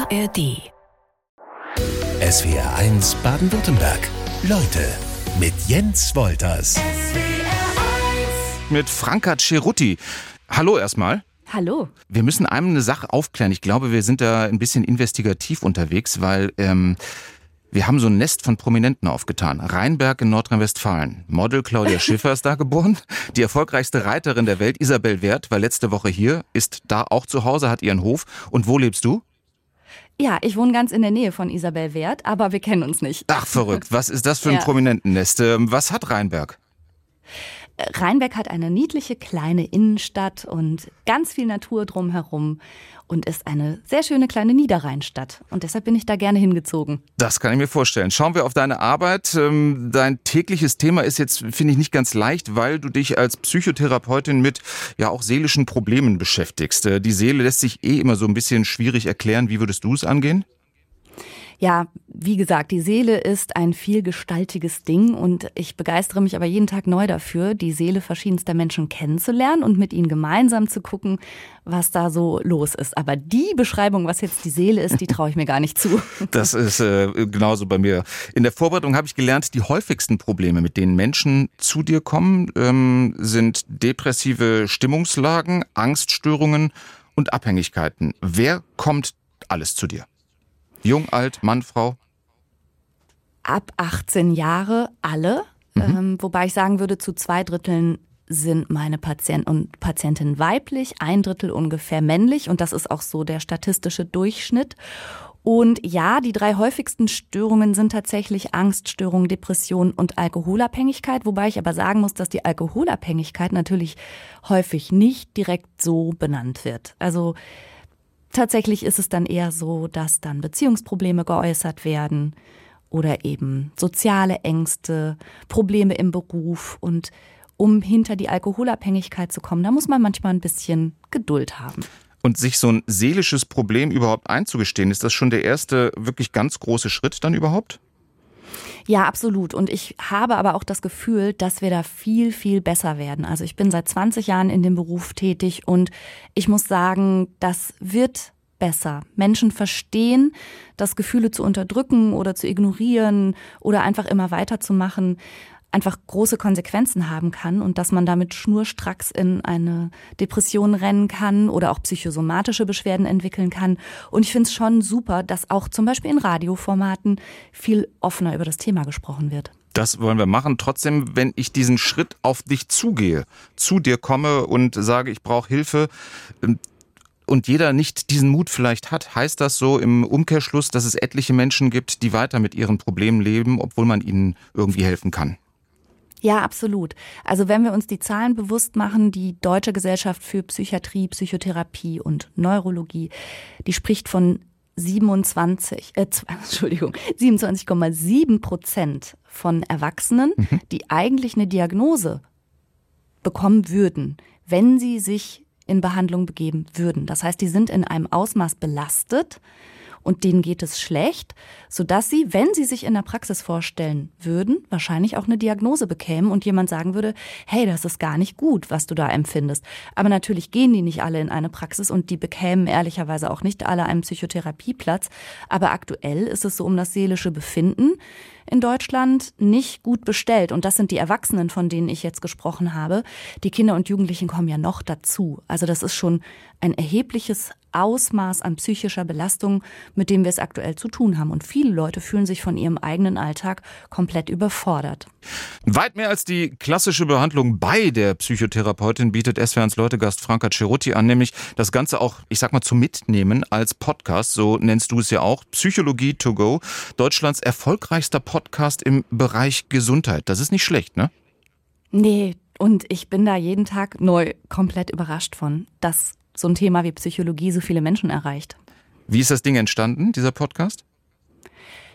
ARD. SWR1 Baden-Württemberg. Leute mit Jens Wolters. Mit Franka Cerutti. Hallo erstmal. Hallo. Wir müssen einem eine Sache aufklären. Ich glaube, wir sind da ein bisschen investigativ unterwegs, weil wir haben so ein Nest von Prominenten aufgetan. Rheinberg in Nordrhein-Westfalen. Model Claudia Schiffer ist da geboren. Die erfolgreichste Reiterin der Welt, Isabel Wert, war letzte Woche hier, ist da auch zu Hause, hat ihren Hof. Und wo lebst du? Ja, ich wohne ganz in der Nähe von Isabel Wert, aber wir kennen uns nicht. Ach, verrückt. Was ist das für ein Prominentennest? Was hat Rheinberg? Rheinberg hat eine niedliche kleine Innenstadt und ganz viel Natur drumherum und ist eine sehr schöne kleine Niederrheinstadt. Und deshalb bin ich da gerne hingezogen. Das kann ich mir vorstellen. Schauen wir auf deine Arbeit. Dein tägliches Thema ist jetzt, finde ich, nicht ganz leicht, weil du dich als Psychotherapeutin mit ja auch seelischen Problemen beschäftigst. Die Seele lässt sich immer so ein bisschen schwierig erklären. Wie würdest du es angehen? Ja, wie gesagt, die Seele ist ein vielgestaltiges Ding und ich begeistere mich aber jeden Tag neu dafür, die Seele verschiedenster Menschen kennenzulernen und mit ihnen gemeinsam zu gucken, was da so los ist. Aber die Beschreibung, was jetzt die Seele ist, die traue ich mir gar nicht zu. Das ist genauso bei mir. In der Vorbereitung habe ich gelernt, die häufigsten Probleme, mit denen Menschen zu dir kommen, sind depressive Stimmungslagen, Angststörungen und Abhängigkeiten. Wer kommt alles zu dir? Jung, alt, Mann, Frau? Ab 18 Jahre alle, wobei ich sagen würde, zu 2/3 sind meine Patienten und Patientinnen weiblich, 1/3 ungefähr männlich und das ist auch so der statistische Durchschnitt. Und ja, die 3 häufigsten Störungen sind tatsächlich Angststörung, Depression und Alkoholabhängigkeit, wobei ich aber sagen muss, dass die Alkoholabhängigkeit natürlich häufig nicht direkt so benannt wird. Also tatsächlich ist es dann eher so, dass dann Beziehungsprobleme geäußert werden oder eben soziale Ängste, Probleme im Beruf. Und um hinter die Alkoholabhängigkeit zu kommen, da muss man manchmal ein bisschen Geduld haben. Und sich so ein seelisches Problem überhaupt einzugestehen, ist das schon der erste wirklich ganz große Schritt dann überhaupt? Ja, absolut. Und ich habe aber auch das Gefühl, dass wir da viel, viel besser werden. Also ich bin seit 20 Jahren in dem Beruf tätig und ich muss sagen, das wird besser. Menschen verstehen, dass Gefühle zu unterdrücken oder zu ignorieren oder einfach immer weiterzumachen einfach große Konsequenzen haben kann und dass man damit schnurstracks in eine Depression rennen kann oder auch psychosomatische Beschwerden entwickeln kann. Und ich finde es schon super, dass auch zum Beispiel in Radioformaten viel offener über das Thema gesprochen wird. Das wollen wir machen. Trotzdem, wenn ich diesen Schritt auf dich zugehe, zu dir komme und sage, ich brauche Hilfe und jeder nicht diesen Mut vielleicht hat, heißt das so im Umkehrschluss, dass es etliche Menschen gibt, die weiter mit ihren Problemen leben, obwohl man ihnen irgendwie helfen kann? Ja, absolut. Also wenn wir uns die Zahlen bewusst machen, die Deutsche Gesellschaft für Psychiatrie, Psychotherapie und Neurologie, die spricht von 27,7% von Erwachsenen, die eigentlich eine Diagnose bekommen würden, wenn sie sich in Behandlung begeben würden. Das heißt, die sind in einem Ausmaß belastet und denen geht es schlecht, sodass sie, wenn sie sich in der Praxis vorstellen würden, wahrscheinlich auch eine Diagnose bekämen und jemand sagen würde, hey, das ist gar nicht gut, was du da empfindest. Aber natürlich gehen die nicht alle in eine Praxis und die bekämen ehrlicherweise auch nicht alle einen Psychotherapieplatz. Aber aktuell ist es so um das seelische Befinden in Deutschland nicht gut bestellt. Und das sind die Erwachsenen, von denen ich jetzt gesprochen habe. Die Kinder und Jugendlichen kommen ja noch dazu. Also das ist schon ein erhebliches Ausmaß an psychischer Belastung, mit dem wir es aktuell zu tun haben. Und viele Leute fühlen sich von ihrem eigenen Alltag komplett überfordert. Weit mehr als die klassische Behandlung bei der Psychotherapeutin bietet SWR1 Leutegast Franka Cerutti an, nämlich das Ganze auch, ich sag mal, zu mitnehmen als Podcast, so nennst du es ja auch, Psychologie to go, Deutschlands erfolgreichster Podcast im Bereich Gesundheit. Das ist nicht schlecht, ne? Nee, und ich bin da jeden Tag neu komplett überrascht von, dass so ein Thema wie Psychologie so viele Menschen erreicht. Wie ist das Ding entstanden, dieser Podcast?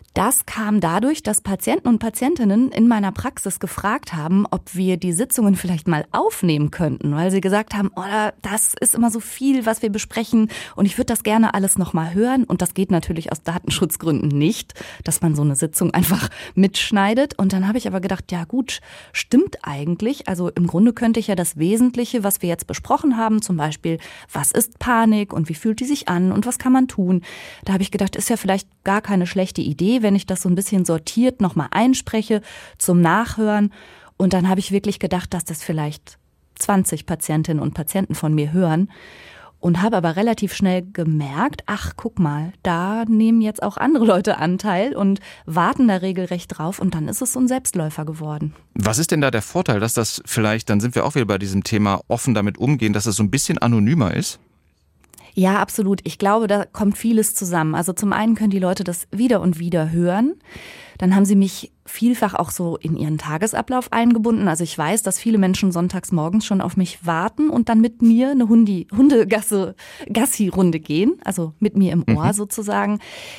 Das kam dadurch, dass Patienten und Patientinnen in meiner Praxis gefragt haben, ob wir die Sitzungen vielleicht mal aufnehmen könnten, weil sie gesagt haben, das ist immer so viel, was wir besprechen und ich würde das gerne alles nochmal hören. Und das geht natürlich aus Datenschutzgründen nicht, dass man so eine Sitzung einfach mitschneidet. Und dann habe ich aber gedacht, ja gut, stimmt eigentlich. Also im Grunde könnte ich ja das Wesentliche, was wir jetzt besprochen haben, zum Beispiel, was ist Panik und wie fühlt die sich an und was kann man tun? Da habe ich gedacht, ist ja vielleicht gar keine schlechte Idee, wenn ich das so ein bisschen sortiert nochmal einspreche zum Nachhören. Und dann habe ich wirklich gedacht, dass das vielleicht 20 Patientinnen und Patienten von mir hören und habe aber relativ schnell gemerkt, ach, guck mal, da nehmen jetzt auch andere Leute Anteil und warten da regelrecht drauf und dann ist es so ein Selbstläufer geworden. Was ist denn da der Vorteil, dass das vielleicht, dann sind wir auch wieder bei diesem Thema offen damit umgehen, dass es so ein bisschen anonymer ist? Ja, absolut. Ich glaube, da kommt vieles zusammen. Also zum einen können die Leute das wieder und wieder hören. Dann haben sie mich vielfach auch so in ihren Tagesablauf eingebunden. Also ich weiß, dass viele Menschen sonntags morgens schon auf mich warten und dann mit mir eine Gassi-Runde gehen. Also mit mir im Ohr sozusagen.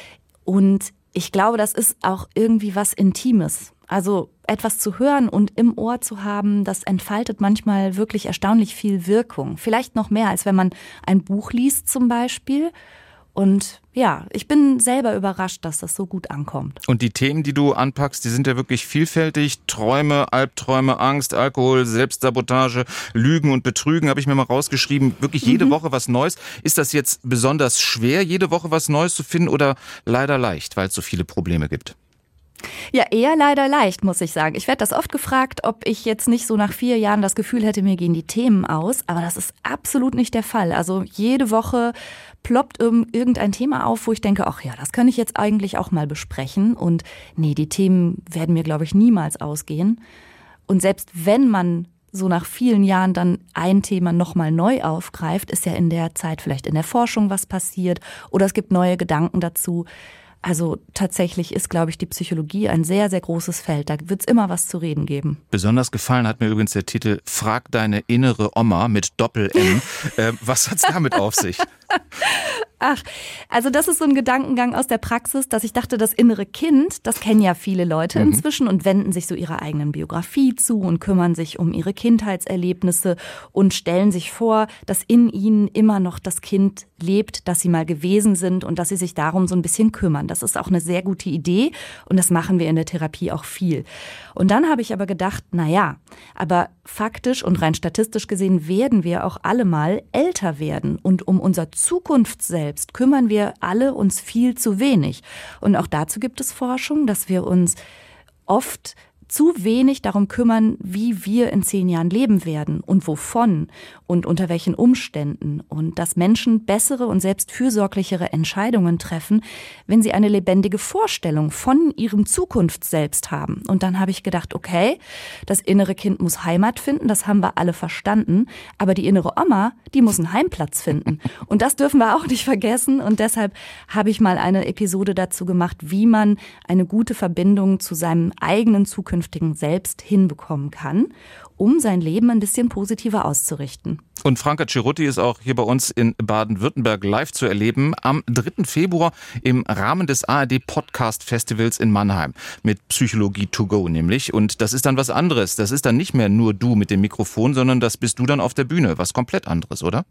Und ich glaube, das ist auch irgendwie was Intimes. Also etwas zu hören und im Ohr zu haben, das entfaltet manchmal wirklich erstaunlich viel Wirkung. Vielleicht noch mehr, als wenn man ein Buch liest zum Beispiel. Und ja, ich bin selber überrascht, dass das so gut ankommt. Und die Themen, die du anpackst, die sind ja wirklich vielfältig. Träume, Albträume, Angst, Alkohol, Selbstsabotage, Lügen und Betrügen habe ich mir mal rausgeschrieben. Wirklich jede Woche was Neues. Ist das jetzt besonders schwer, jede Woche was Neues zu finden oder leider leicht, weil es so viele Probleme gibt? Ja, eher leider leicht, muss ich sagen. Ich werde das oft gefragt, ob ich jetzt nicht so nach 4 Jahren das Gefühl hätte, mir gehen die Themen aus. Aber das ist absolut nicht der Fall. Also jede Woche ploppt irgendein Thema auf, wo ich denke, ach ja, das kann ich jetzt eigentlich auch mal besprechen. Und nee, die Themen werden mir, glaube ich, niemals ausgehen. Und selbst wenn man so nach vielen Jahren dann ein Thema nochmal neu aufgreift, ist ja in der Zeit vielleicht in der Forschung was passiert oder es gibt neue Gedanken dazu. Also tatsächlich ist, glaube ich, die Psychologie ein sehr, sehr großes Feld. Da wird es immer was zu reden geben. Besonders gefallen hat mir übrigens der Titel Frag deine innere Oma mit Doppel-M. Was hat's damit auf sich? Ach, also das ist so ein Gedankengang aus der Praxis, dass ich dachte, das innere Kind, das kennen ja viele Leute inzwischen und wenden sich so ihrer eigenen Biografie zu und kümmern sich um ihre Kindheitserlebnisse und stellen sich vor, dass in ihnen immer noch das Kind lebt, das sie mal gewesen sind und dass sie sich darum so ein bisschen kümmern. Das ist auch eine sehr gute Idee und das machen wir in der Therapie auch viel. Und dann habe ich aber gedacht, aber faktisch und rein statistisch gesehen werden wir auch alle mal älter werden und um unser Zukunftsselbst kümmern wir alle uns viel zu wenig. Und auch dazu gibt es Forschung, dass wir uns oft zu wenig darum kümmern, wie wir in 10 Jahren leben werden und wovon und unter welchen Umständen und dass Menschen bessere und selbst fürsorglichere Entscheidungen treffen, wenn sie eine lebendige Vorstellung von ihrem Zukunftsselbst haben. Und dann habe ich gedacht, okay, das innere Kind muss Heimat finden, das haben wir alle verstanden, aber die innere Oma, die muss einen Heimplatz finden. Und das dürfen wir auch nicht vergessen und deshalb habe ich mal eine Episode dazu gemacht, wie man eine gute Verbindung zu seinem eigenen zukünftigen Selbst hinbekommen kann, um sein Leben ein bisschen positiver auszurichten. Und Franka Cerutti ist auch hier bei uns in Baden-Württemberg live zu erleben am 3. Februar im Rahmen des ARD Podcast Festivals in Mannheim mit Psychologie to go nämlich. Und das ist dann was anderes. Das ist dann nicht mehr nur du mit dem Mikrofon, sondern das bist du dann auf der Bühne. Was komplett anderes, oder?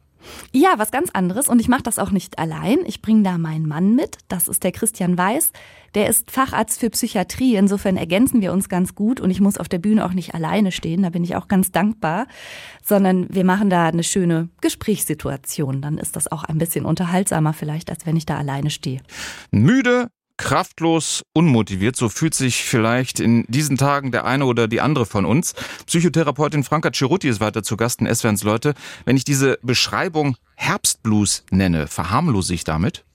Ja, was ganz anderes und ich mache das auch nicht allein. Ich bringe da meinen Mann mit, das ist der Christian Weiß. Der ist Facharzt für Psychiatrie, insofern ergänzen wir uns ganz gut und ich muss auf der Bühne auch nicht alleine stehen, da bin ich auch ganz dankbar, sondern wir machen da eine schöne Gesprächssituation. Dann ist das auch ein bisschen unterhaltsamer vielleicht, als wenn ich da alleine stehe. Müde, kraftlos, unmotiviert, so fühlt sich vielleicht in diesen Tagen der eine oder die andere von uns. Psychotherapeutin Franka Cerutti ist weiter zu Gast in SWR's Leute. Wenn ich diese Beschreibung Herbstblues nenne, verharmlose ich damit?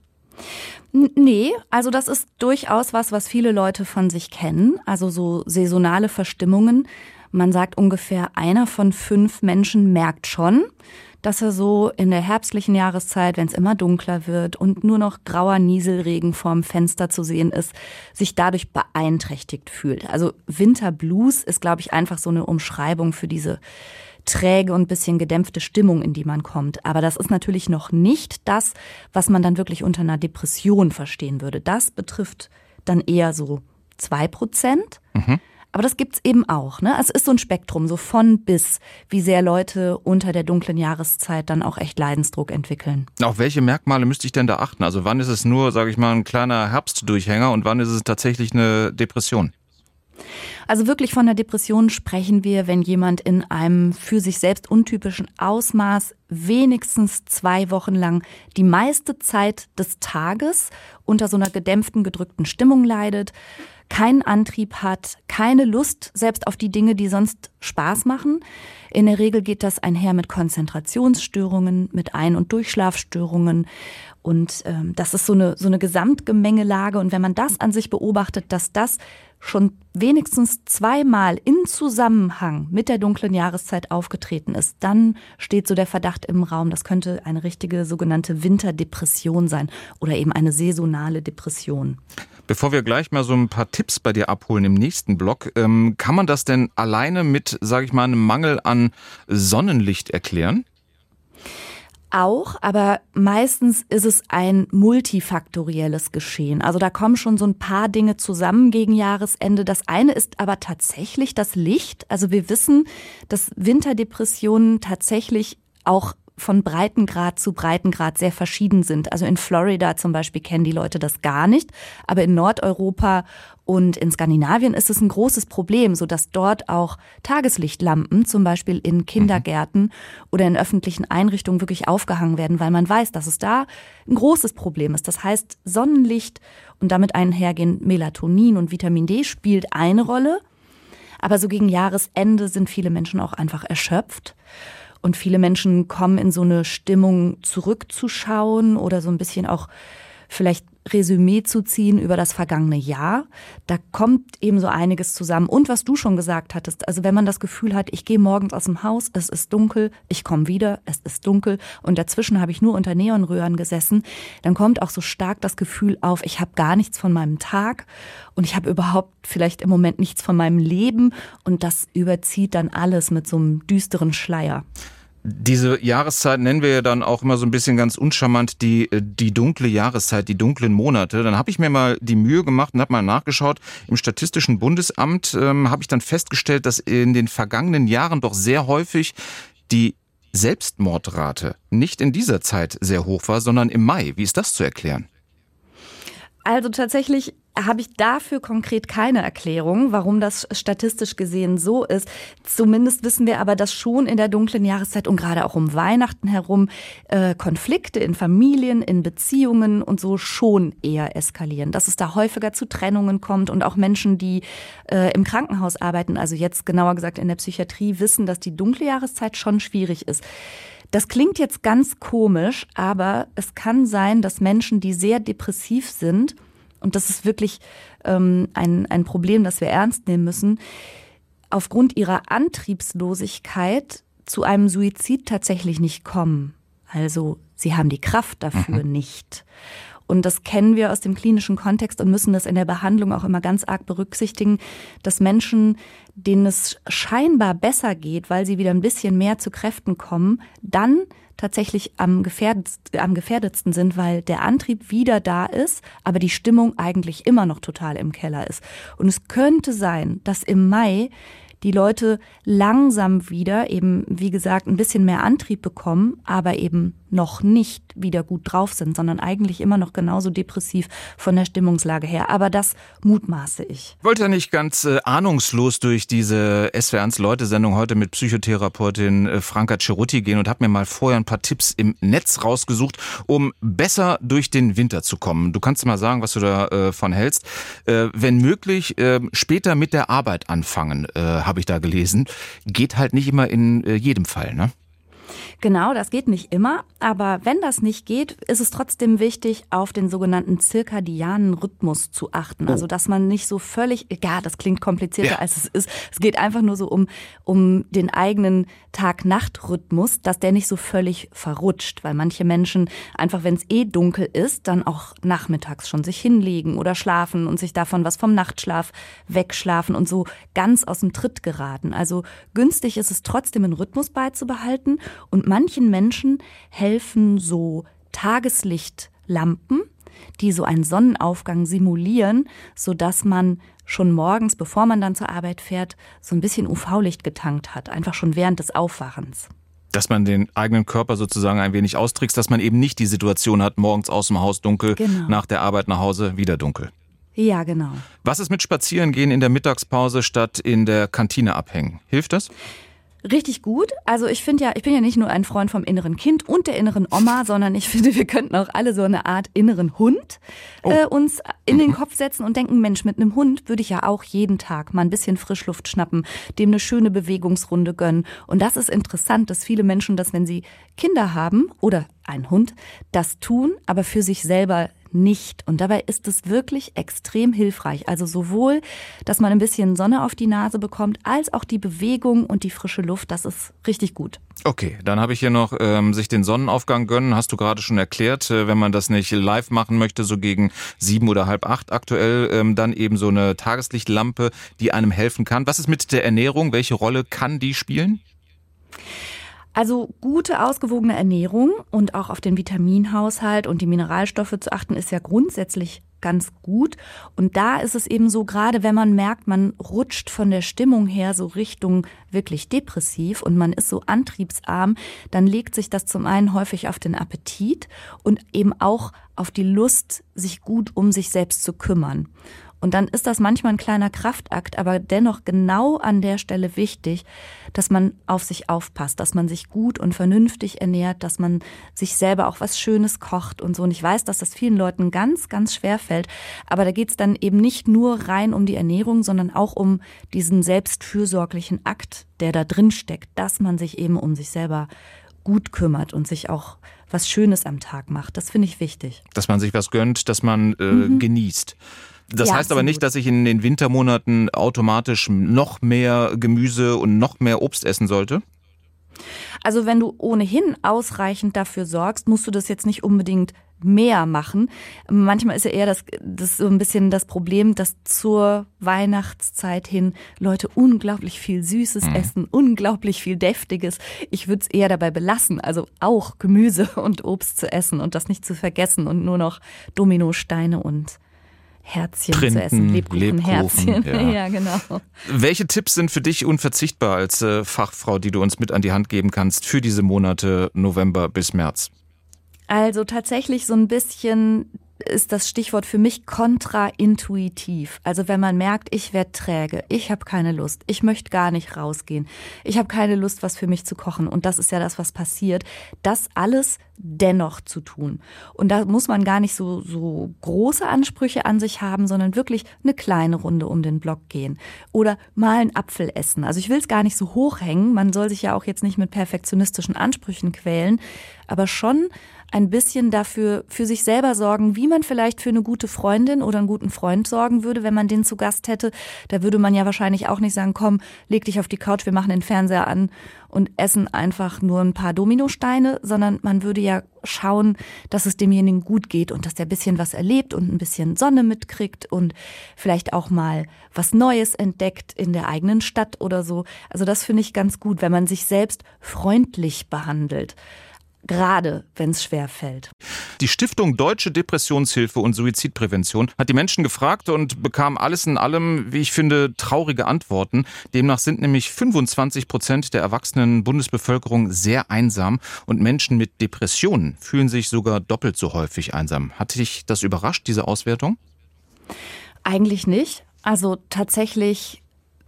Nee, also das ist durchaus was viele Leute von sich kennen, also so saisonale Verstimmungen. Man sagt ungefähr 1 von 5 Menschen merkt schon, dass er so in der herbstlichen Jahreszeit, wenn es immer dunkler wird und nur noch grauer Nieselregen vorm Fenster zu sehen ist, sich dadurch beeinträchtigt fühlt. Also Winterblues ist, glaube ich, einfach so eine Umschreibung für diese träge und bisschen gedämpfte Stimmung, in die man kommt. Aber das ist natürlich noch nicht das, was man dann wirklich unter einer Depression verstehen würde. Das betrifft dann eher so 2%. Aber das gibt's eben auch, ne? Also es ist so ein Spektrum, so von bis, wie sehr Leute unter der dunklen Jahreszeit dann auch echt Leidensdruck entwickeln. Auf welche Merkmale müsste ich denn da achten? Also wann ist es nur, sage ich mal, ein kleiner Herbstdurchhänger und wann ist es tatsächlich eine Depression? Also wirklich von der Depression sprechen wir, wenn jemand in einem für sich selbst untypischen Ausmaß wenigstens 2 Wochen lang die meiste Zeit des Tages unter so einer gedämpften, gedrückten Stimmung leidet, keinen Antrieb hat, keine Lust selbst auf die Dinge, die sonst Spaß machen. In der Regel geht das einher mit Konzentrationsstörungen, mit Ein- und Durchschlafstörungen. Und das ist so eine Gesamtgemengelage. Und wenn man das an sich beobachtet, dass das schon wenigstens 2-mal in Zusammenhang mit der dunklen Jahreszeit aufgetreten ist, dann steht so der Verdacht im Raum, das könnte eine richtige sogenannte Winterdepression sein oder eben eine saisonale Depression. Bevor wir gleich mal so ein paar Tipps bei dir abholen im nächsten Block, kann man das denn alleine mit, sage ich mal, einem Mangel an Sonnenlicht erklären? Auch, aber meistens ist es ein multifaktorielles Geschehen. Also da kommen schon so ein paar Dinge zusammen gegen Jahresende. Das eine ist aber tatsächlich das Licht. Also wir wissen, dass Winterdepressionen tatsächlich auch von Breitengrad zu Breitengrad sehr verschieden sind. Also in Florida zum Beispiel kennen die Leute das gar nicht, aber in Nordeuropa und in Skandinavien ist es ein großes Problem, sodass dort auch Tageslichtlampen zum Beispiel in Kindergärten oder in öffentlichen Einrichtungen wirklich aufgehangen werden, weil man weiß, dass es da ein großes Problem ist. Das heißt, Sonnenlicht und damit einhergehend Melatonin und Vitamin D spielt eine Rolle, aber so gegen Jahresende sind viele Menschen auch einfach erschöpft. Und viele Menschen kommen in so eine Stimmung zurückzuschauen oder so ein bisschen auch vielleicht Resümee zu ziehen über das vergangene Jahr. Da kommt eben so einiges zusammen. Und was du schon gesagt hattest, also wenn man das Gefühl hat, ich gehe morgens aus dem Haus, es ist dunkel, ich komme wieder, es ist dunkel und dazwischen habe ich nur unter Neonröhren gesessen, dann kommt auch so stark das Gefühl auf, ich habe gar nichts von meinem Tag und ich habe überhaupt vielleicht im Moment nichts von meinem Leben und das überzieht dann alles mit so einem düsteren Schleier. Diese Jahreszeit nennen wir ja dann auch immer so ein bisschen ganz uncharmant die dunkle Jahreszeit, die dunklen Monate. Dann habe ich mir mal die Mühe gemacht und habe mal nachgeschaut. Im Statistischen Bundesamt habe ich dann festgestellt, dass in den vergangenen Jahren doch sehr häufig die Selbstmordrate nicht in dieser Zeit sehr hoch war, sondern im Mai. Wie ist das zu erklären? Also tatsächlich habe ich dafür konkret keine Erklärung, warum das statistisch gesehen so ist. Zumindest wissen wir aber, dass schon in der dunklen Jahreszeit und gerade auch um Weihnachten herum Konflikte in Familien, in Beziehungen und so schon eher eskalieren. Dass es da häufiger zu Trennungen kommt und auch Menschen, die im Krankenhaus arbeiten, also jetzt genauer gesagt in der Psychiatrie, wissen, dass die dunkle Jahreszeit schon schwierig ist. Das klingt jetzt ganz komisch, aber es kann sein, dass Menschen, die sehr depressiv sind, und das ist wirklich ein Problem, das wir ernst nehmen müssen, aufgrund ihrer Antriebslosigkeit zu einem Suizid tatsächlich nicht kommen. Also sie haben die Kraft dafür nicht. Und das kennen wir aus dem klinischen Kontext und müssen das in der Behandlung auch immer ganz arg berücksichtigen, dass Menschen, denen es scheinbar besser geht, weil sie wieder ein bisschen mehr zu Kräften kommen, dann tatsächlich am gefährdetsten sind, weil der Antrieb wieder da ist, aber die Stimmung eigentlich immer noch total im Keller ist. Und es könnte sein, dass im Mai die Leute langsam wieder eben, wie gesagt, ein bisschen mehr Antrieb bekommen, aber eben noch nicht wieder gut drauf sind, sondern eigentlich immer noch genauso depressiv von der Stimmungslage her. Aber das mutmaße ich. Ich wollte ja nicht ganz ahnungslos durch diese SWR1-Leute-Sendung heute mit Psychotherapeutin Franka Cerutti gehen und habe mir mal vorher ein paar Tipps im Netz rausgesucht, um besser durch den Winter zu kommen. Du kannst mal sagen, was du davon hältst. Wenn möglich, später mit der Arbeit anfangen, habe ich da gelesen. Geht halt nicht immer in jedem Fall, ne? Genau, das geht nicht immer, aber wenn das nicht geht, ist es trotzdem wichtig, auf den sogenannten zirkadianen Rhythmus zu achten. Also, dass man nicht so völlig, ja, das klingt komplizierter als es ist. Es geht einfach nur so um den eigenen Tag-Nacht-Rhythmus, dass der nicht so völlig verrutscht, weil manche Menschen einfach, wenn es dunkel ist, dann auch nachmittags schon sich hinlegen oder schlafen und sich davon was vom Nachtschlaf wegschlafen und so ganz aus dem Tritt geraten. Also günstig ist es trotzdem, einen Rhythmus beizubehalten. Und manchen Menschen helfen so Tageslichtlampen, die so einen Sonnenaufgang simulieren, sodass man schon morgens, bevor man dann zur Arbeit fährt, so ein bisschen UV-Licht getankt hat, einfach schon während des Aufwachens. Dass man den eigenen Körper sozusagen ein wenig austrickst, dass man eben nicht die Situation hat, morgens aus dem Haus dunkel, nach der Arbeit nach Hause wieder dunkel. Ja, genau. Was ist mit Spazierengehen in der Mittagspause statt in der Kantine abhängen? Hilft das? Richtig gut. Also ich bin ja nicht nur ein Freund vom inneren Kind und der inneren Oma, sondern ich finde, wir könnten auch alle so eine Art inneren Hund uns in den Kopf setzen und denken, Mensch, mit einem Hund würde ich ja auch jeden Tag mal ein bisschen Frischluft schnappen, dem eine schöne Bewegungsrunde gönnen. Und das ist interessant, dass viele Menschen das, wenn sie Kinder haben oder einen Hund, das tun, aber für sich selber nicht. Und dabei ist es wirklich extrem hilfreich. Also sowohl, dass man ein bisschen Sonne auf die Nase bekommt, als auch die Bewegung und die frische Luft. Das ist richtig gut. Okay, dann habe ich hier noch sich den Sonnenaufgang gönnen. Hast du gerade schon erklärt, wenn man das nicht live machen möchte, so gegen 7 oder halb 8 aktuell, dann eben so eine Tageslichtlampe, die einem helfen kann. Was ist mit der Ernährung? Welche Rolle kann die spielen? Also gute, ausgewogene Ernährung und auch auf den Vitaminhaushalt und die Mineralstoffe zu achten, ist ja grundsätzlich ganz gut. Und da ist es eben so, gerade wenn man merkt, man rutscht von der Stimmung her so Richtung wirklich depressiv und man ist so antriebsarm, dann legt sich das zum einen häufig auf den Appetit und eben auch auf die Lust, sich gut um sich selbst zu kümmern. Und dann ist das manchmal ein kleiner Kraftakt, aber dennoch genau an der Stelle wichtig, dass man auf sich aufpasst, dass man sich gut und vernünftig ernährt, dass man sich selber auch was Schönes kocht und so. Und ich weiß, dass das vielen Leuten ganz, ganz schwer fällt. Aber da geht es dann eben nicht nur rein um die Ernährung, sondern auch um diesen selbstfürsorglichen Akt, der da drin steckt, dass man sich eben um sich selber gut kümmert und sich auch was Schönes am Tag macht. Das finde ich wichtig. Dass man sich was gönnt, dass man genießt. Das heißt aber nicht, dass ich in den Wintermonaten automatisch noch mehr Gemüse und noch mehr Obst essen sollte? Also wenn du ohnehin ausreichend dafür sorgst, musst du das jetzt nicht unbedingt mehr machen. Manchmal ist ja eher das so ein bisschen das Problem, dass zur Weihnachtszeit hin Leute unglaublich viel Süßes essen, unglaublich viel Deftiges. Ich würde es eher dabei belassen, also auch Gemüse und Obst zu essen und das nicht zu vergessen und nur noch Dominosteine und Herzchen Printen, zu essen, Lebkuchenherzchen. Ja, genau. Welche Tipps sind für dich unverzichtbar als Fachfrau, die du uns mit an die Hand geben kannst für diese Monate November bis März? Also tatsächlich so ein bisschen ist das Stichwort für mich kontraintuitiv. Also wenn man merkt, ich werde träge, ich habe keine Lust, ich möchte gar nicht rausgehen, ich habe keine Lust, was für mich zu kochen und das ist ja das, was passiert, das alles dennoch zu tun. Und da muss man gar nicht so große Ansprüche an sich haben, sondern wirklich eine kleine Runde um den Block gehen oder mal einen Apfel essen. Also ich will es gar nicht so hochhängen, man soll sich ja auch jetzt nicht mit perfektionistischen Ansprüchen quälen, aber schon ein bisschen dafür für sich selber sorgen, wie man vielleicht für eine gute Freundin oder einen guten Freund sorgen würde, wenn man den zu Gast hätte. Da würde man ja wahrscheinlich auch nicht sagen, komm, leg dich auf die Couch, wir machen den Fernseher an und essen einfach nur ein paar Dominosteine, sondern man würde ja schauen, dass es demjenigen gut geht und dass der ein bisschen was erlebt und ein bisschen Sonne mitkriegt und vielleicht auch mal was Neues entdeckt in der eigenen Stadt oder so. Also das finde ich ganz gut, wenn man sich selbst freundlich behandelt. Gerade wenn es schwer fällt. Die Stiftung Deutsche Depressionshilfe und Suizidprävention hat die Menschen gefragt und bekam alles in allem, wie ich finde, traurige Antworten. Demnach sind nämlich 25% der erwachsenen Bundesbevölkerung sehr einsam und Menschen mit Depressionen fühlen sich sogar doppelt so häufig einsam. Hat dich das überrascht, diese Auswertung? Eigentlich nicht. Also tatsächlich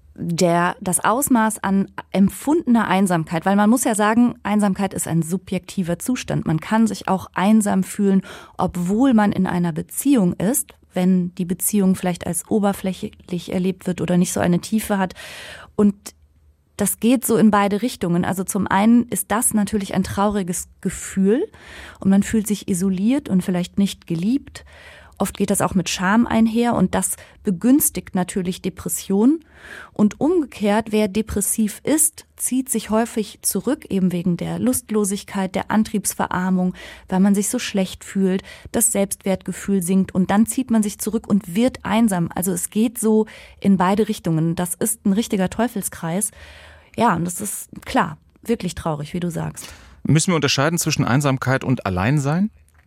das Ausmaß an empfundener Einsamkeit, weil man muss ja sagen, Einsamkeit ist ein subjektiver Zustand. Man kann sich auch einsam fühlen, obwohl man in einer Beziehung ist, wenn die Beziehung vielleicht als oberflächlich erlebt wird oder nicht so eine Tiefe hat. Und das geht so in beide Richtungen. Also zum einen ist das natürlich ein trauriges Gefühl und man fühlt sich isoliert und vielleicht nicht geliebt. Oft geht das auch mit Scham einher und das begünstigt natürlich Depressionen. Und umgekehrt, wer depressiv ist, zieht sich häufig zurück, eben wegen der Lustlosigkeit, der Antriebsverarmung, weil man sich so schlecht fühlt, das Selbstwertgefühl sinkt und dann zieht man sich zurück und wird einsam. Also es geht so in beide Richtungen. Das ist ein richtiger Teufelskreis. Ja, und das ist klar, wirklich traurig, wie du sagst. Müssen wir unterscheiden zwischen Einsamkeit und Alleinsein?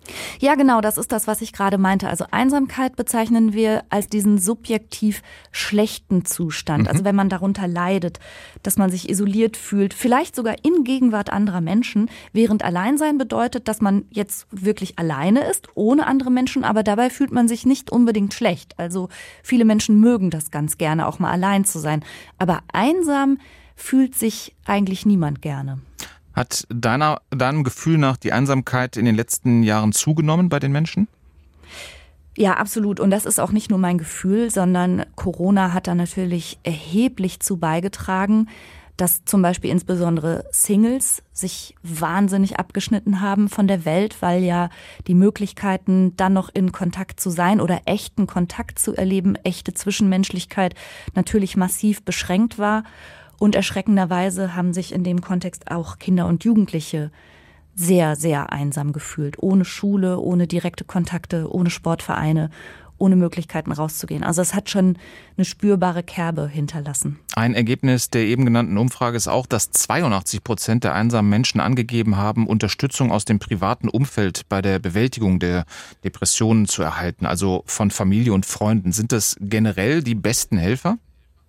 Ja, genau, das ist das, was ich gerade meinte. Also Einsamkeit bezeichnen wir als diesen subjektiv schlechten Zustand. Also wenn man darunter leidet, dass man sich isoliert fühlt, vielleicht sogar in Gegenwart anderer Menschen, während Alleinsein bedeutet, dass man jetzt wirklich alleine ist, ohne andere Menschen, aber dabei fühlt man sich nicht unbedingt schlecht. Also viele Menschen mögen das ganz gerne, auch mal allein zu sein. Aber einsam fühlt sich eigentlich niemand gerne. Hat deinem Gefühl nach die Einsamkeit in den letzten Jahren zugenommen bei den Menschen? Ja, absolut. Und das ist auch nicht nur mein Gefühl, sondern Corona hat da natürlich erheblich zu beigetragen, dass zum Beispiel insbesondere Singles sich wahnsinnig abgeschnitten haben von der Welt, weil ja die Möglichkeiten, dann noch in Kontakt zu sein oder echten Kontakt zu erleben, echte Zwischenmenschlichkeit natürlich massiv beschränkt war. Und erschreckenderweise haben sich in dem Kontext auch Kinder und Jugendliche sehr, sehr einsam gefühlt. Ohne Schule, ohne direkte Kontakte, ohne Sportvereine, ohne Möglichkeiten rauszugehen. Also es hat schon eine spürbare Kerbe hinterlassen. Ein Ergebnis der eben genannten Umfrage ist auch, dass 82% der einsamen Menschen angegeben haben, Unterstützung aus dem privaten Umfeld bei der Bewältigung der Depressionen zu erhalten, also von Familie und Freunden. Sind das generell die besten Helfer?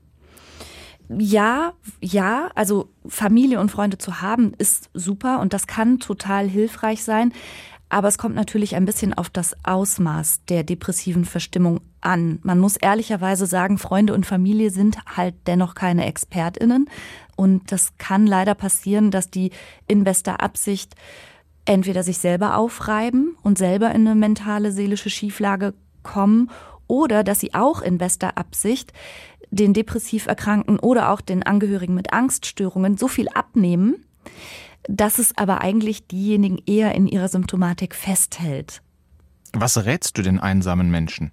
Ja, also Familie und Freunde zu haben ist super und das kann total hilfreich sein. Aber es kommt natürlich ein bisschen auf das Ausmaß der depressiven Verstimmung an. Man muss ehrlicherweise sagen, Freunde und Familie sind halt dennoch keine ExpertInnen. Und das kann leider passieren, dass die in bester Absicht entweder sich selber aufreiben und selber in eine mentale, seelische Schieflage kommen oder dass sie auch in bester Absicht den depressiv Erkrankten oder auch den Angehörigen mit Angststörungen so viel abnehmen, dass es aber eigentlich diejenigen eher in ihrer Symptomatik festhält. Was rätst du den einsamen Menschen?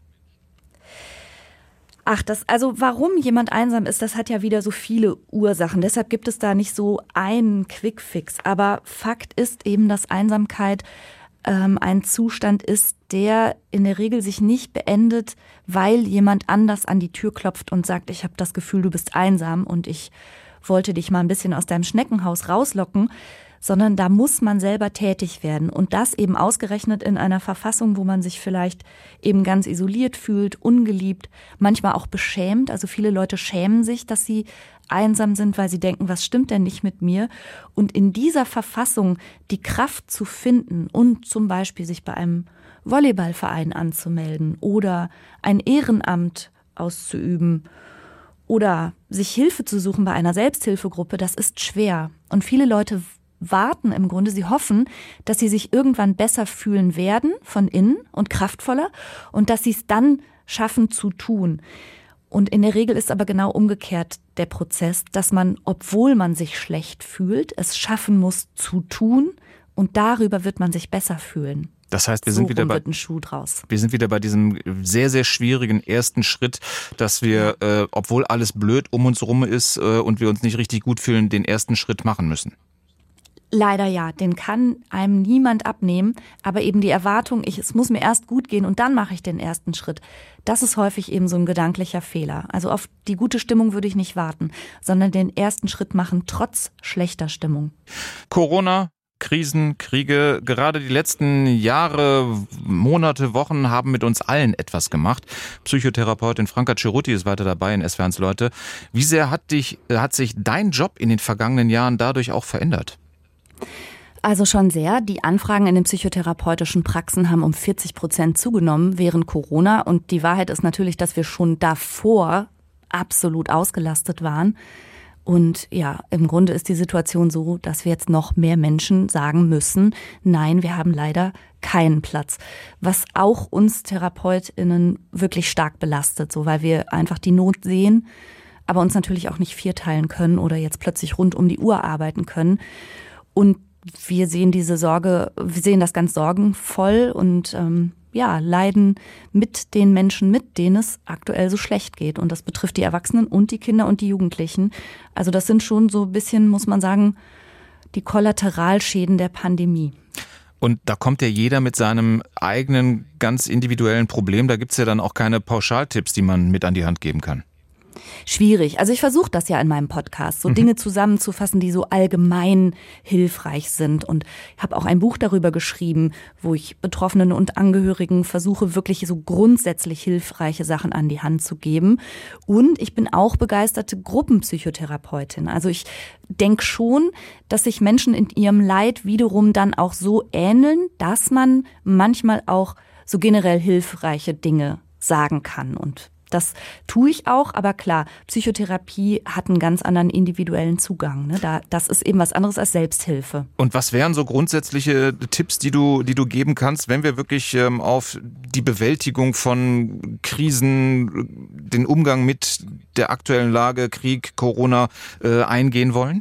Also warum jemand einsam ist, das hat ja wieder so viele Ursachen. Deshalb gibt es da nicht so einen Quickfix. Aber Fakt ist eben, dass Einsamkeit ein Zustand ist, der in der Regel sich nicht beendet, weil jemand anders an die Tür klopft und sagt, ich habe das Gefühl, du bist einsam und ich wollte dich mal ein bisschen aus deinem Schneckenhaus rauslocken, sondern da muss man selber tätig werden und das eben ausgerechnet in einer Verfassung, wo man sich vielleicht eben ganz isoliert fühlt, ungeliebt, manchmal auch beschämt. Also viele Leute schämen sich, dass sie einsam sind, weil sie denken, was stimmt denn nicht mit mir? Und in dieser Verfassung die Kraft zu finden und zum Beispiel sich bei einem Volleyballverein anzumelden oder ein Ehrenamt auszuüben oder sich Hilfe zu suchen bei einer Selbsthilfegruppe, das ist schwer. Und viele Leute warten im Grunde, sie hoffen, dass sie sich irgendwann besser fühlen werden von innen und kraftvoller und dass sie es dann schaffen zu tun. Und in der Regel ist aber genau umgekehrt der Prozess, dass man, obwohl man sich schlecht fühlt, es schaffen muss zu tun und darüber wird man sich besser fühlen. Das heißt, wir sind wieder bei diesem sehr, sehr schwierigen ersten Schritt, dass wir, obwohl alles blöd um uns rum ist und wir uns nicht richtig gut fühlen, den ersten Schritt machen müssen. Leider ja, den kann einem niemand abnehmen, aber eben die Erwartung, es muss mir erst gut gehen und dann mache ich den ersten Schritt. Das ist häufig eben so ein gedanklicher Fehler. Also auf die gute Stimmung würde ich nicht warten, sondern den ersten Schritt machen, trotz schlechter Stimmung. Corona, Krisen, Kriege, gerade die letzten Jahre, Monate, Wochen haben mit uns allen etwas gemacht. Psychotherapeutin Franka Cerutti ist weiter dabei in SWR1 Leute. Wie sehr hat sich dein Job in den vergangenen Jahren dadurch auch verändert? Also schon sehr. Die Anfragen in den psychotherapeutischen Praxen haben um 40% zugenommen während Corona. Und die Wahrheit ist natürlich, dass wir schon davor absolut ausgelastet waren. Und ja, im Grunde ist die Situation so, dass wir jetzt noch mehr Menschen sagen müssen, nein, wir haben leider keinen Platz. Was auch uns TherapeutInnen wirklich stark belastet, so weil wir einfach die Not sehen, aber uns natürlich auch nicht vierteilen können oder jetzt plötzlich rund um die Uhr arbeiten können. Und wir sehen das ganz sorgenvoll und leiden mit den Menschen mit, denen es aktuell so schlecht geht. Und das betrifft die Erwachsenen und die Kinder und die Jugendlichen. Also das sind schon so ein bisschen, muss man sagen, die Kollateralschäden der Pandemie. Und da kommt ja jeder mit seinem eigenen, ganz individuellen Problem. Da gibt's ja dann auch keine Pauschaltipps, die man mit an die Hand geben kann. Schwierig. Also ich versuche das ja in meinem Podcast, so Dinge zusammenzufassen, die so allgemein hilfreich sind. Und ich habe auch ein Buch darüber geschrieben, wo ich Betroffenen und Angehörigen versuche, wirklich so grundsätzlich hilfreiche Sachen an die Hand zu geben. Und ich bin auch begeisterte Gruppenpsychotherapeutin. Also ich denke schon, dass sich Menschen in ihrem Leid wiederum dann auch so ähneln, dass man manchmal auch so generell hilfreiche Dinge sagen kann. Und das tue ich auch, aber klar, Psychotherapie hat einen ganz anderen individuellen Zugang. Ne? Das ist eben was anderes als Selbsthilfe. Und was wären so grundsätzliche Tipps, die du geben kannst, wenn wir wirklich auf die Bewältigung von Krisen, den Umgang mit der aktuellen Lage, Krieg, Corona eingehen wollen?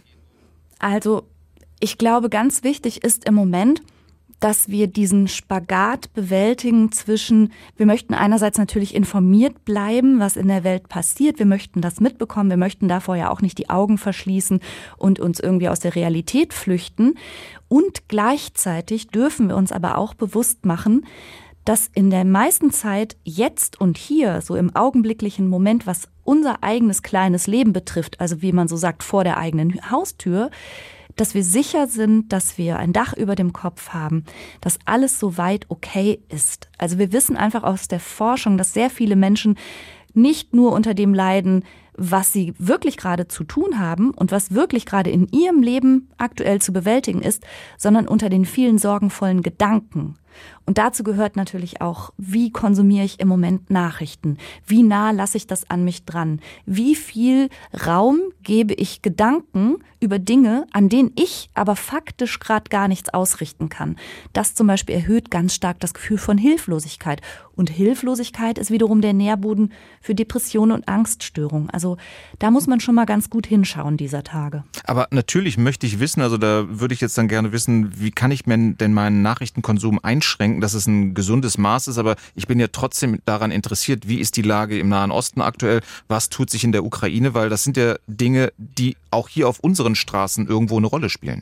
Also ich glaube, ganz wichtig ist im Moment, dass wir diesen Spagat bewältigen zwischen, wir möchten einerseits natürlich informiert bleiben, was in der Welt passiert, wir möchten das mitbekommen, wir möchten davor ja auch nicht die Augen verschließen und uns irgendwie aus der Realität flüchten. Und gleichzeitig dürfen wir uns aber auch bewusst machen, dass in der meisten Zeit jetzt und hier, so im augenblicklichen Moment, was unser eigenes kleines Leben betrifft, also wie man so sagt, vor der eigenen Haustür, dass wir sicher sind, dass wir ein Dach über dem Kopf haben, dass alles soweit okay ist. Also wir wissen einfach aus der Forschung, dass sehr viele Menschen nicht nur unter dem leiden, was sie wirklich gerade zu tun haben und was wirklich gerade in ihrem Leben aktuell zu bewältigen ist, sondern unter den vielen sorgenvollen Gedanken. Und dazu gehört natürlich auch, wie konsumiere ich im Moment Nachrichten? Wie nah lasse ich das an mich dran? Wie viel Raum gebe ich Gedanken über Dinge, an denen ich aber faktisch gerade gar nichts ausrichten kann? Das zum Beispiel erhöht ganz stark das Gefühl von Hilflosigkeit. Und Hilflosigkeit ist wiederum der Nährboden für Depressionen und Angststörungen. Also da muss man schon mal ganz gut hinschauen dieser Tage. Aber natürlich möchte ich wissen, also da würde ich jetzt dann gerne wissen, wie kann ich mir denn meinen Nachrichtenkonsum einschränken, dass es ein gesundes Maß ist, aber ich bin ja trotzdem daran interessiert, wie ist die Lage im Nahen Osten aktuell, was tut sich in der Ukraine, weil das sind ja Dinge, die auch hier auf unseren Straßen irgendwo eine Rolle spielen.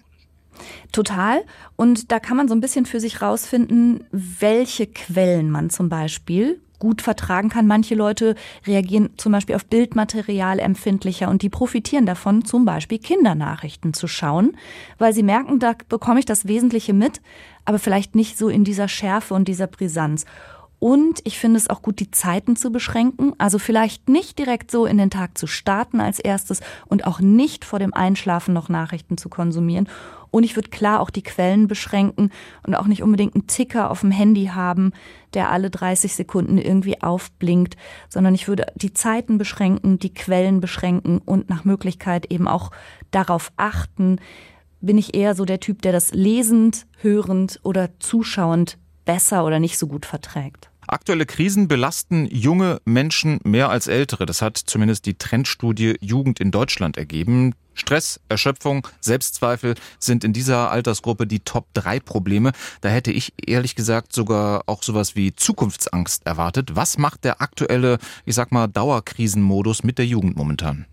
Total. Und da kann man so ein bisschen für sich rausfinden, welche Quellen man zum Beispiel gut vertragen kann. Manche Leute reagieren zum Beispiel auf Bildmaterial empfindlicher und die profitieren davon, zum Beispiel Kindernachrichten zu schauen, weil sie merken, da bekomme ich das Wesentliche mit, aber vielleicht nicht so in dieser Schärfe und dieser Brisanz. Und ich finde es auch gut, die Zeiten zu beschränken. Also vielleicht nicht direkt so in den Tag zu starten als erstes und auch nicht vor dem Einschlafen noch Nachrichten zu konsumieren. Und ich würde klar auch die Quellen beschränken und auch nicht unbedingt einen Ticker auf dem Handy haben, der alle 30 Sekunden irgendwie aufblinkt, sondern ich würde die Zeiten beschränken, die Quellen beschränken und nach Möglichkeit eben auch darauf achten, bin ich eher so der Typ, der das lesend, hörend oder zuschauend besser oder nicht so gut verträgt. Aktuelle Krisen belasten junge Menschen mehr als ältere. Das hat zumindest die Trendstudie Jugend in Deutschland ergeben. Stress, Erschöpfung, Selbstzweifel sind in dieser Altersgruppe die Top-3-Probleme. Da hätte ich ehrlich gesagt sogar auch sowas wie Zukunftsangst erwartet. Was macht der aktuelle, ich sag mal, Dauerkrisenmodus mit der Jugend momentan?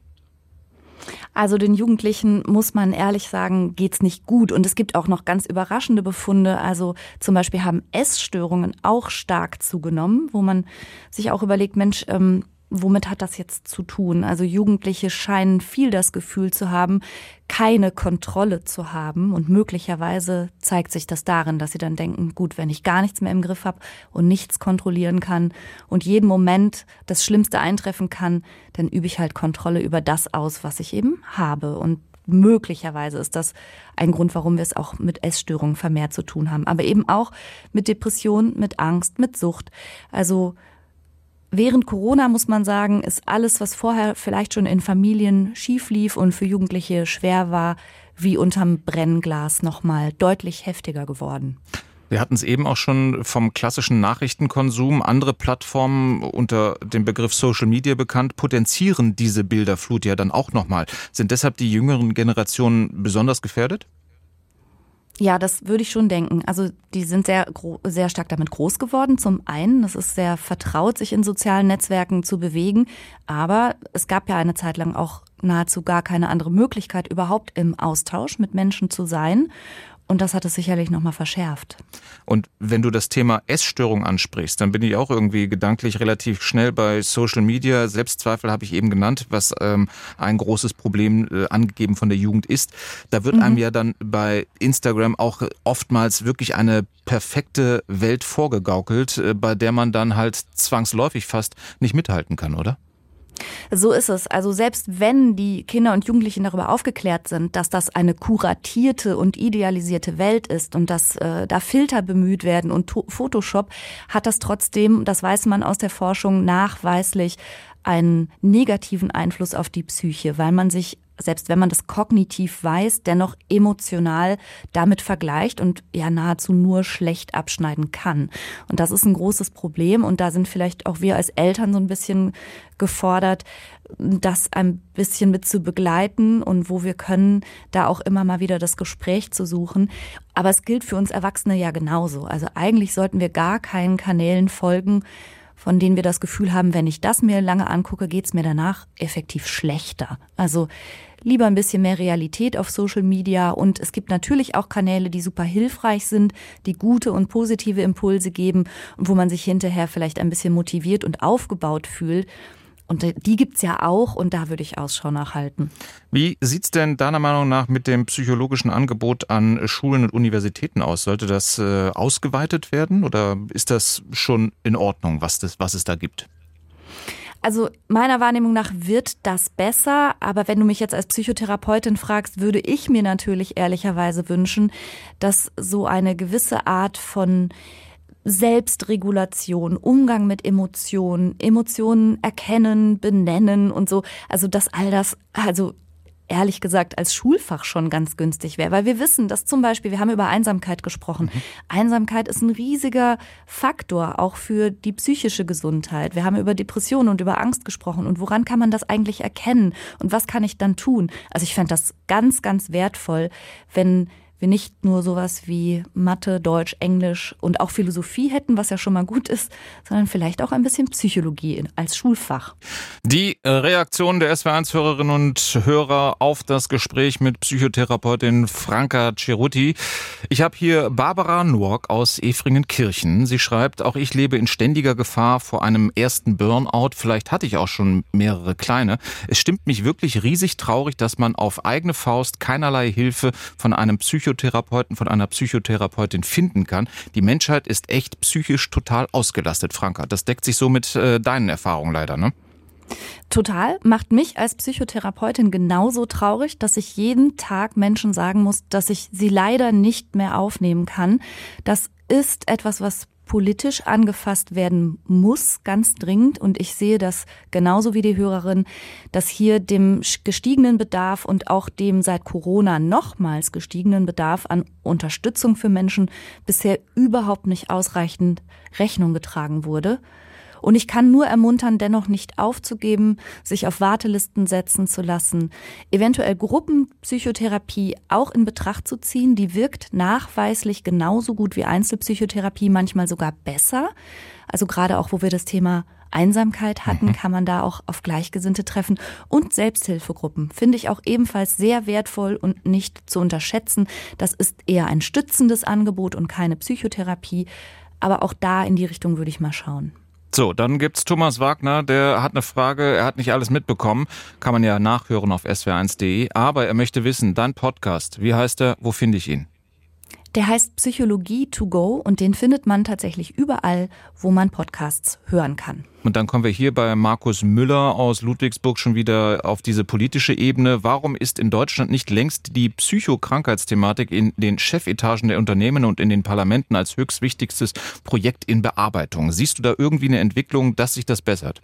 Also den Jugendlichen, muss man ehrlich sagen, geht's nicht gut. Und es gibt auch noch ganz überraschende Befunde. Also zum Beispiel haben Essstörungen auch stark zugenommen, wo man sich auch überlegt, Mensch, womit hat das jetzt zu tun? Also Jugendliche scheinen viel das Gefühl zu haben, keine Kontrolle zu haben. Und möglicherweise zeigt sich das darin, dass sie dann denken, gut, wenn ich gar nichts mehr im Griff habe und nichts kontrollieren kann und jeden Moment das Schlimmste eintreffen kann, dann übe ich halt Kontrolle über das aus, was ich eben habe. Und möglicherweise ist das ein Grund, warum wir es auch mit Essstörungen vermehrt zu tun haben. Aber eben auch mit Depression, mit Angst, mit Sucht. Also während Corona, muss man sagen, ist alles, was vorher vielleicht schon in Familien schief lief und für Jugendliche schwer war, wie unterm Brennglas nochmal deutlich heftiger geworden. Wir hatten es eben auch schon vom klassischen Nachrichtenkonsum. Andere Plattformen unter dem Begriff Social Media bekannt, potenzieren diese Bilderflut ja dann auch nochmal. Sind deshalb die jüngeren Generationen besonders gefährdet? Ja, das würde ich schon denken. Also die sind sehr stark damit groß geworden. Zum einen, das ist sehr vertraut, sich in sozialen Netzwerken zu bewegen. Aber es gab ja eine Zeit lang auch nahezu gar keine andere Möglichkeit, überhaupt im Austausch mit Menschen zu sein. Und das hat es sicherlich nochmal verschärft. Und wenn du das Thema Essstörung ansprichst, dann bin ich auch irgendwie gedanklich relativ schnell bei Social Media. Selbstzweifel habe ich eben genannt, was ein großes Problem angegeben von der Jugend ist. Da wird einem ja dann bei Instagram auch oftmals wirklich eine perfekte Welt vorgegaukelt, bei der man dann halt zwangsläufig fast nicht mithalten kann, oder? So ist es. Also selbst wenn die Kinder und Jugendlichen darüber aufgeklärt sind, dass das eine kuratierte und idealisierte Welt ist und dass da Filter bemüht werden und Photoshop, hat das trotzdem, das weiß man aus der Forschung, nachweislich einen negativen Einfluss auf die Psyche, weil man sich, selbst wenn man das kognitiv weiß, dennoch emotional damit vergleicht und ja nahezu nur schlecht abschneiden kann. Und das ist ein großes Problem und da sind vielleicht auch wir als Eltern so ein bisschen gefordert, das ein bisschen mit zu begleiten und wo wir können, da auch immer mal wieder das Gespräch zu suchen. Aber es gilt für uns Erwachsene ja genauso. Also eigentlich sollten wir gar keinen Kanälen folgen, von denen wir das Gefühl haben, wenn ich das mir lange angucke, geht's mir danach effektiv schlechter. Also lieber ein bisschen mehr Realität auf Social Media und es gibt natürlich auch Kanäle, die super hilfreich sind, die gute und positive Impulse geben und wo man sich hinterher vielleicht ein bisschen motiviert und aufgebaut fühlt. Und die gibt's ja auch und da würde ich Ausschau nachhalten. Wie sieht's denn deiner Meinung nach mit dem psychologischen Angebot an Schulen und Universitäten aus? Sollte das ausgeweitet werden oder ist das schon in Ordnung, was es da gibt? Also meiner Wahrnehmung nach wird das besser, aber wenn du mich jetzt als Psychotherapeutin fragst, würde ich mir natürlich ehrlicherweise wünschen, dass so eine gewisse Art von Selbstregulation, Umgang mit Emotionen erkennen, benennen und so, also dass all das, also ehrlich gesagt, als Schulfach schon ganz günstig wäre. Weil wir wissen, dass zum Beispiel, wir haben über Einsamkeit gesprochen. Einsamkeit ist ein riesiger Faktor, auch für die psychische Gesundheit. Wir haben über Depressionen und über Angst gesprochen. Und woran kann man das eigentlich erkennen? Und was kann ich dann tun? Also ich fände das ganz, ganz wertvoll, wenn wir nicht nur sowas wie Mathe, Deutsch, Englisch und auch Philosophie hätten, was ja schon mal gut ist, sondern vielleicht auch ein bisschen Psychologie als Schulfach. Die Reaktion der SWR1-Hörerinnen und Hörer auf das Gespräch mit Psychotherapeutin Franka Cerutti. Ich habe hier Barbara Noack aus Efringenkirchen. Sie schreibt, auch ich lebe in ständiger Gefahr vor einem ersten Burnout. Vielleicht hatte ich auch schon mehrere kleine. Es stimmt mich wirklich riesig traurig, dass man auf eigene Faust keinerlei Hilfe von einem Psychotherapeuten, von einer Psychotherapeutin finden kann. Die Menschheit ist echt psychisch total ausgelastet, Franka. Das deckt sich so mit deinen Erfahrungen leider, ne? Total. Macht mich als Psychotherapeutin genauso traurig, dass ich jeden Tag Menschen sagen muss, dass ich sie leider nicht mehr aufnehmen kann. Das ist etwas, was politisch angefasst werden muss, ganz dringend. Und ich sehe das genauso wie die Hörerin, dass hier dem gestiegenen Bedarf und auch dem seit Corona nochmals gestiegenen Bedarf an Unterstützung für Menschen bisher überhaupt nicht ausreichend Rechnung getragen wurde. Und ich kann nur ermuntern, dennoch nicht aufzugeben, sich auf Wartelisten setzen zu lassen, eventuell Gruppenpsychotherapie auch in Betracht zu ziehen. Die wirkt nachweislich genauso gut wie Einzelpsychotherapie, manchmal sogar besser. Also gerade auch, wo wir das Thema Einsamkeit hatten, kann man da auch auf Gleichgesinnte treffen. Und Selbsthilfegruppen finde ich auch ebenfalls sehr wertvoll und nicht zu unterschätzen. Das ist eher ein stützendes Angebot und keine Psychotherapie. Aber auch da in die Richtung würde ich mal schauen. So, dann gibt's Thomas Wagner, der hat eine Frage, er hat nicht alles mitbekommen, kann man ja nachhören auf swr1.de, aber er möchte wissen, dein Podcast, wie heißt er, wo finde ich ihn? Der heißt Psychologie to go und den findet man tatsächlich überall, wo man Podcasts hören kann. Und dann kommen wir hier bei Markus Müller aus Ludwigsburg schon wieder auf diese politische Ebene. Warum ist in Deutschland nicht längst die Psychokrankheitsthematik in den Chefetagen der Unternehmen und in den Parlamenten als höchst wichtigstes Projekt in Bearbeitung? Siehst du da irgendwie eine Entwicklung, dass sich das bessert?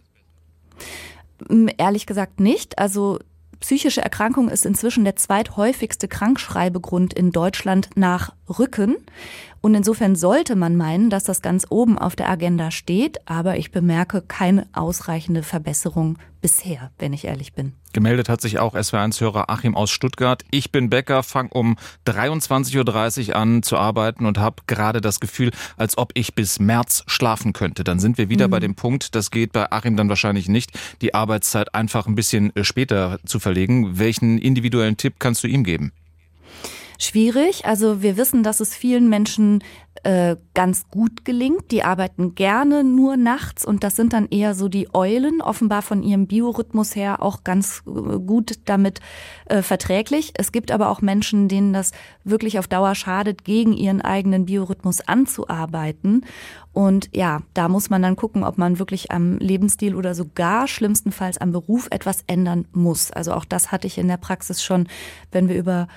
Ehrlich gesagt nicht. Also psychische Erkrankung ist inzwischen der zweithäufigste Krankschreibegrund in Deutschland nach Rücken. Und insofern sollte man meinen, dass das ganz oben auf der Agenda steht. Aber ich bemerke keine ausreichende Verbesserung bisher, wenn ich ehrlich bin. Gemeldet hat sich auch SWR1-Hörer Achim aus Stuttgart. Ich bin Bäcker, fange um 23.30 Uhr an zu arbeiten und habe gerade das Gefühl, als ob ich bis März schlafen könnte. Dann sind wir wieder bei dem Punkt, das geht bei Achim dann wahrscheinlich nicht, die Arbeitszeit einfach ein bisschen später zu verlegen. Welchen individuellen Tipp kannst du ihm geben? Schwierig. Also wir wissen, dass es vielen Menschen ganz gut gelingt. Die arbeiten gerne nur nachts und das sind dann eher so die Eulen, offenbar von ihrem Biorhythmus her auch ganz gut damit verträglich. Es gibt aber auch Menschen, denen das wirklich auf Dauer schadet, gegen ihren eigenen Biorhythmus anzuarbeiten. Und ja, da muss man dann gucken, ob man wirklich am Lebensstil oder sogar schlimmstenfalls am Beruf etwas ändern muss. Also auch das hatte ich in der Praxis schon, wenn wir über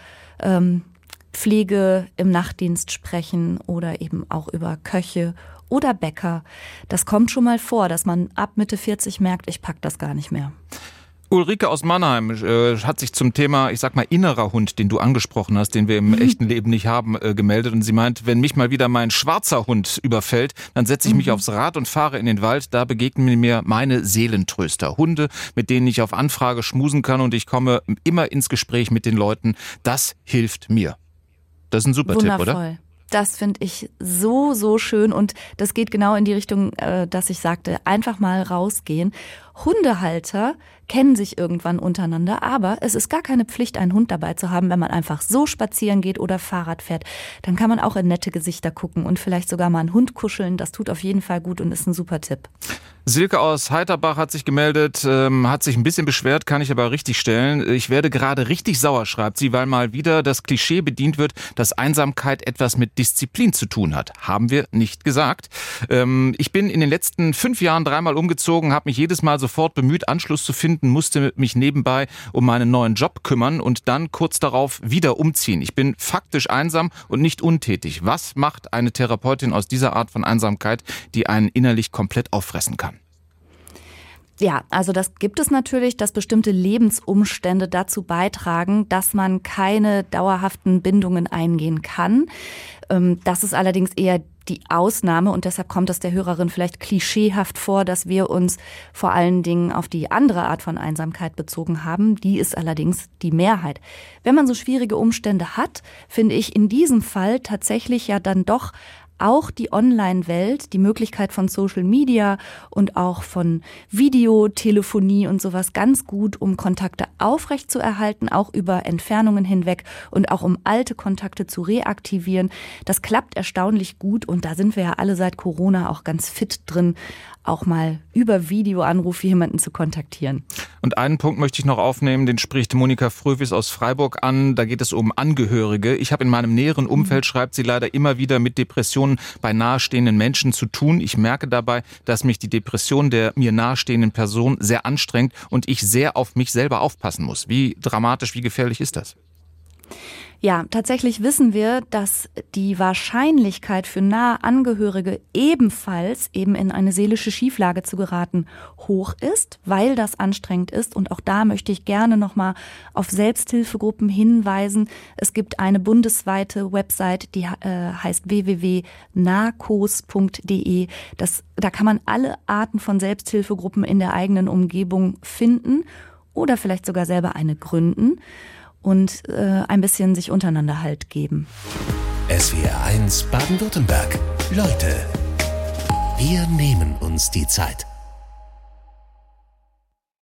Pflege im Nachtdienst sprechen oder eben auch über Köche oder Bäcker. Das kommt schon mal vor, dass man ab Mitte 40 merkt, ich pack das gar nicht mehr. Ulrike aus Mannheim hat sich zum Thema, ich sag mal, innerer Hund, den du angesprochen hast, den wir im echten Leben nicht haben, gemeldet. Und sie meint, wenn mich mal wieder mein schwarzer Hund überfällt, dann setze ich mich aufs Rad und fahre in den Wald. Da begegnen mir meine Seelentröster. Hunde, mit denen ich auf Anfrage schmusen kann und ich komme immer ins Gespräch mit den Leuten. Das hilft mir. Das ist ein super Tipp, oder? Das finde ich so, so schön und das geht genau in die Richtung, dass ich sagte, einfach mal rausgehen. Hundehalter kennen sich irgendwann untereinander, aber es ist gar keine Pflicht, einen Hund dabei zu haben, wenn man einfach so spazieren geht oder Fahrrad fährt. Dann kann man auch in nette Gesichter gucken und vielleicht sogar mal einen Hund kuscheln. Das tut auf jeden Fall gut und ist ein super Tipp. Silke aus Heiterbach hat sich gemeldet, hat sich ein bisschen beschwert, kann ich aber richtig stellen. Ich werde gerade richtig sauer, schreibt sie, weil mal wieder das Klischee bedient wird, dass Einsamkeit etwas mit Disziplin zu tun hat. Haben wir nicht gesagt. Ich bin in den letzten 5 Jahren 3-mal umgezogen, habe mich jedes Mal sofort bemüht, Anschluss zu finden, musste mich nebenbei um meinen neuen Job kümmern und dann kurz darauf wieder umziehen. Ich bin faktisch einsam und nicht untätig. Was macht eine Therapeutin aus dieser Art von Einsamkeit, die einen innerlich komplett auffressen kann? Ja, also das gibt es natürlich, dass bestimmte Lebensumstände dazu beitragen, dass man keine dauerhaften Bindungen eingehen kann. Das ist allerdings eher die Ausnahme und deshalb kommt es der Hörerin vielleicht klischeehaft vor, dass wir uns vor allen Dingen auf die andere Art von Einsamkeit bezogen haben. Die ist allerdings die Mehrheit. Wenn man so schwierige Umstände hat, finde ich in diesem Fall tatsächlich ja dann doch auch die Online-Welt, die Möglichkeit von Social Media und auch von Videotelefonie und sowas ganz gut, um Kontakte aufrechtzuerhalten, auch über Entfernungen hinweg und auch um alte Kontakte zu reaktivieren. Das klappt erstaunlich gut und da sind wir ja alle seit Corona auch ganz fit drin, auch mal über Videoanrufe jemanden zu kontaktieren. Und einen Punkt möchte ich noch aufnehmen, den spricht Monika Fröwis aus Freiburg an. Da geht es um Angehörige. Ich habe in meinem näheren Umfeld, schreibt sie, leider immer wieder mit Depressionen bei nahestehenden Menschen zu tun. Ich merke dabei, dass mich die Depression der mir nahestehenden Person sehr anstrengt und ich sehr auf mich selber aufpassen muss. Wie dramatisch, wie gefährlich ist das? Ja, tatsächlich wissen wir, dass die Wahrscheinlichkeit für nahe Angehörige ebenfalls eben in eine seelische Schieflage zu geraten hoch ist, weil das anstrengend ist. Und auch da möchte ich gerne nochmal auf Selbsthilfegruppen hinweisen. Es gibt eine bundesweite Website, die heißt www.narcos.de. Da kann man alle Arten von Selbsthilfegruppen in der eigenen Umgebung finden oder vielleicht sogar selber eine gründen. Und ein bisschen sich untereinander Halt geben. SWR 1 Baden-Württemberg. Leute, wir nehmen uns die Zeit.